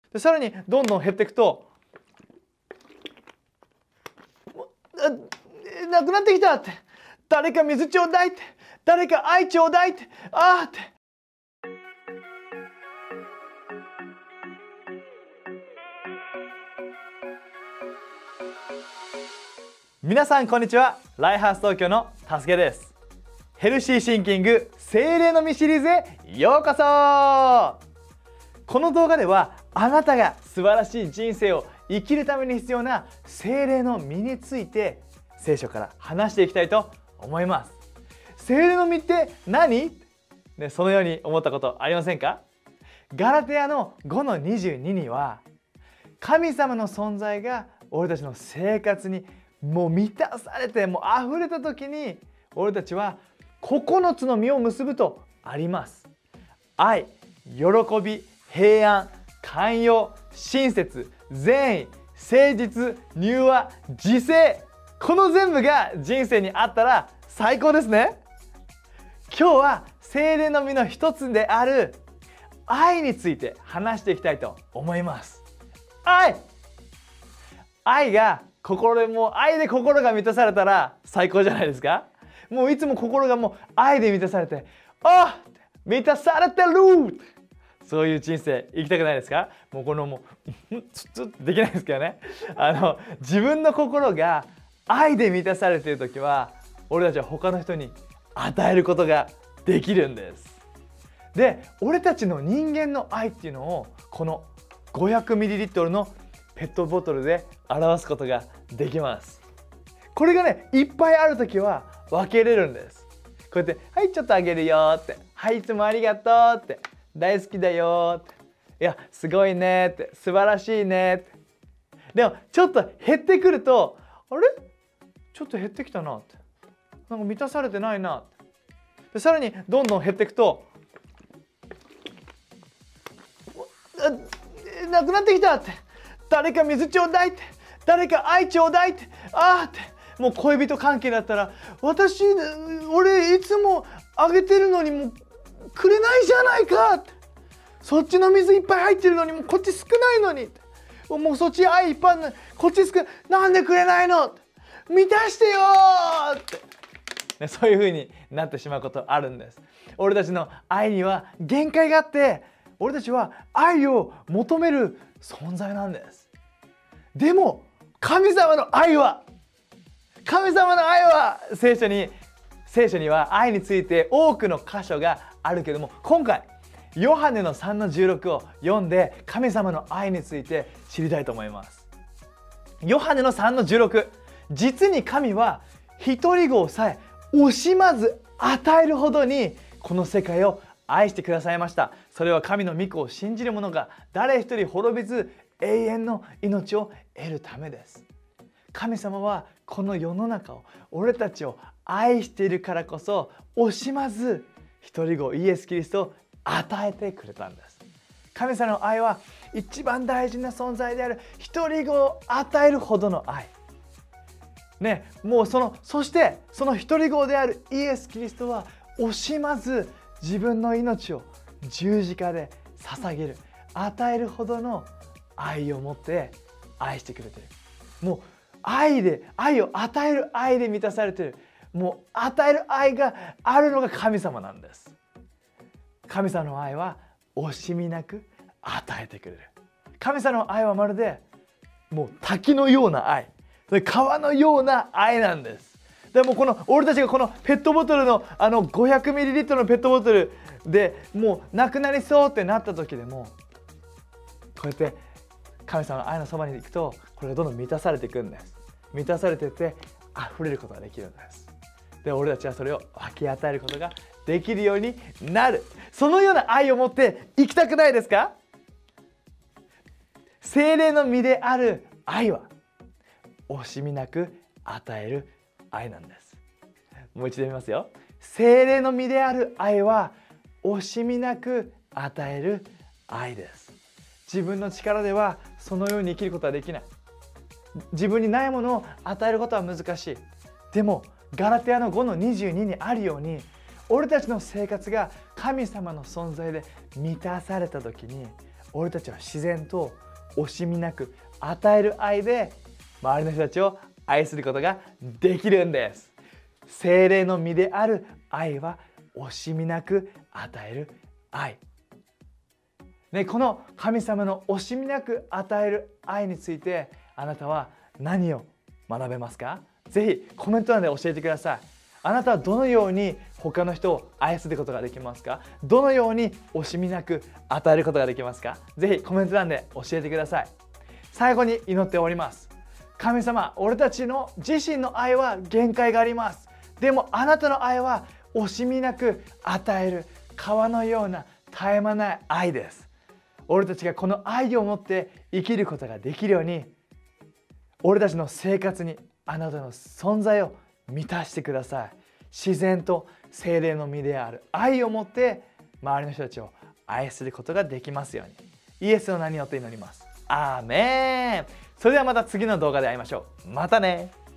でさらにどんどん減っていくと、なくなってきたって、誰か水ちょうだいって、誰か愛ちょうだいって、ああって。皆さんこんにちは。ライハース東京のたすけです。ヘルシーシンキング精霊の実シリーズへようこそ。この動画ではあなたが素晴らしい人生を生きるために必要な精霊の実について聖書から話していきたいと思います。精霊の実って何？ね、そのように思ったことありませんか？ガラテヤの 5-22 には神様の存在が俺たちの生活にもう満たされてもう溢れた時に俺たちは9つの実を結ぶとあります。愛、喜び、平安、寛容、親切、善意、誠実、柔和、自制、この全部が人生にあったら最高ですね。今日は精霊の実の一つである愛について話していきたいと思います。愛が心が満たされたら最高じゃないですか。もういつも心がもう愛で満たされて、あっ満たされてる、そういう人生生きたくないですか？もうこのもうつっできないですけどね。自分の心が愛で満たされている時は俺たちは他の人に与えることができるんです。で、俺たちの人間の愛っていうのをこの 500ml のペットボトルで表すことができます。これがね、いっぱいある時は分けれるんです。こうやって「はいちょっとあげるよ」って「はいいつもありがとう」って「大好きだよ」って「いやすごいね」って「素晴らしいね」って。でもちょっと減ってくると「あれちょっと減ってきたな」って「なんか満たされてないな」って。でさらにどんどん減っていくと「なくなってきた」って「誰か水ちょうだい」って「誰か愛ちょうだい」って「ああ」って。もう恋人関係だったら俺いつもあげてるのにもうくれないじゃないかって、そっちの水いっぱい入ってるのにもうこっち少ないのにって、もうそっち愛いっぱいあるのにこっち少ない、なんでくれないのって満たしてよって、ね、そういう風になってしまうことあるんです。俺たちの愛には限界があって、俺たちは愛を求める存在なんです。でも神様の愛は聖書には愛について多くの箇所があるけども、今回ヨハネの 3-16 を読んで神様の愛について知りたいと思います。ヨハネの 3-16、 実に神は一人子をさえ惜しまず与えるほどにこの世界を愛してくださいました。それは神の御子を信じる者が誰一人滅びず永遠の命を得るためです。神様はこの世の中を俺たちを愛しているからこそ惜しまず一人子イエス・キリストを与えてくれたんです。神様の愛は一番大事な存在である一人子を与えるほどの愛ね。もうそしてその一人子であるイエス・キリストは惜しまず自分の命を十字架で捧げる、与えるほどの愛を持って愛してくれている。もう愛を与える愛で満たされている。もう与える愛があるのが神様なんです。神様の愛は惜しみなく与えてくれる。神様の愛はまるでもう滝のような愛、川のような愛なんです。でも俺たちがこのペットボトルの500ml のペットボトルでもうなくなりそうってなった時でもこうやって神様の愛のそばに行くとこれがどんどん満たされていくんです。満たされていって溢れることができるんです。で俺たちはそれを分け与えることができるようになる。そのような愛を持って生きたくないですか？精霊の実である愛は惜しみなく与える愛なんです。もう一度言いますよ。精霊の実である愛は惜しみなく与える愛です。自分の力ではそのように生きることはできない。自分にないものを与えることは難しい。でもガラテヤの 5-22 にあるように俺たちの生活が神様の存在で満たされた時に俺たちは自然と惜しみなく与える愛で周りの人たちを愛することができるんです。聖霊の実である愛は惜しみなく与える愛、ね、この神様の惜しみなく与える愛についてあなたは何を学べますか？ぜひコメント欄で教えてください。あなたはどのように他の人を愛することができますか？どのように惜しみなく与えることができますか？ぜひコメント欄で教えてください。最後に祈っております。神様、俺たちの自身の愛は限界があります。でもあなたの愛は惜しみなく与える川のような絶え間ない愛です。俺たちがこの愛を持って生きることができるように、俺たちの生活にあなたの存在を満たしてください。自然と聖霊の実である愛を持って周りの人たちを愛することができますように、イエスの名によって祈ります。アーメン。それではまた次の動画で会いましょう。またね。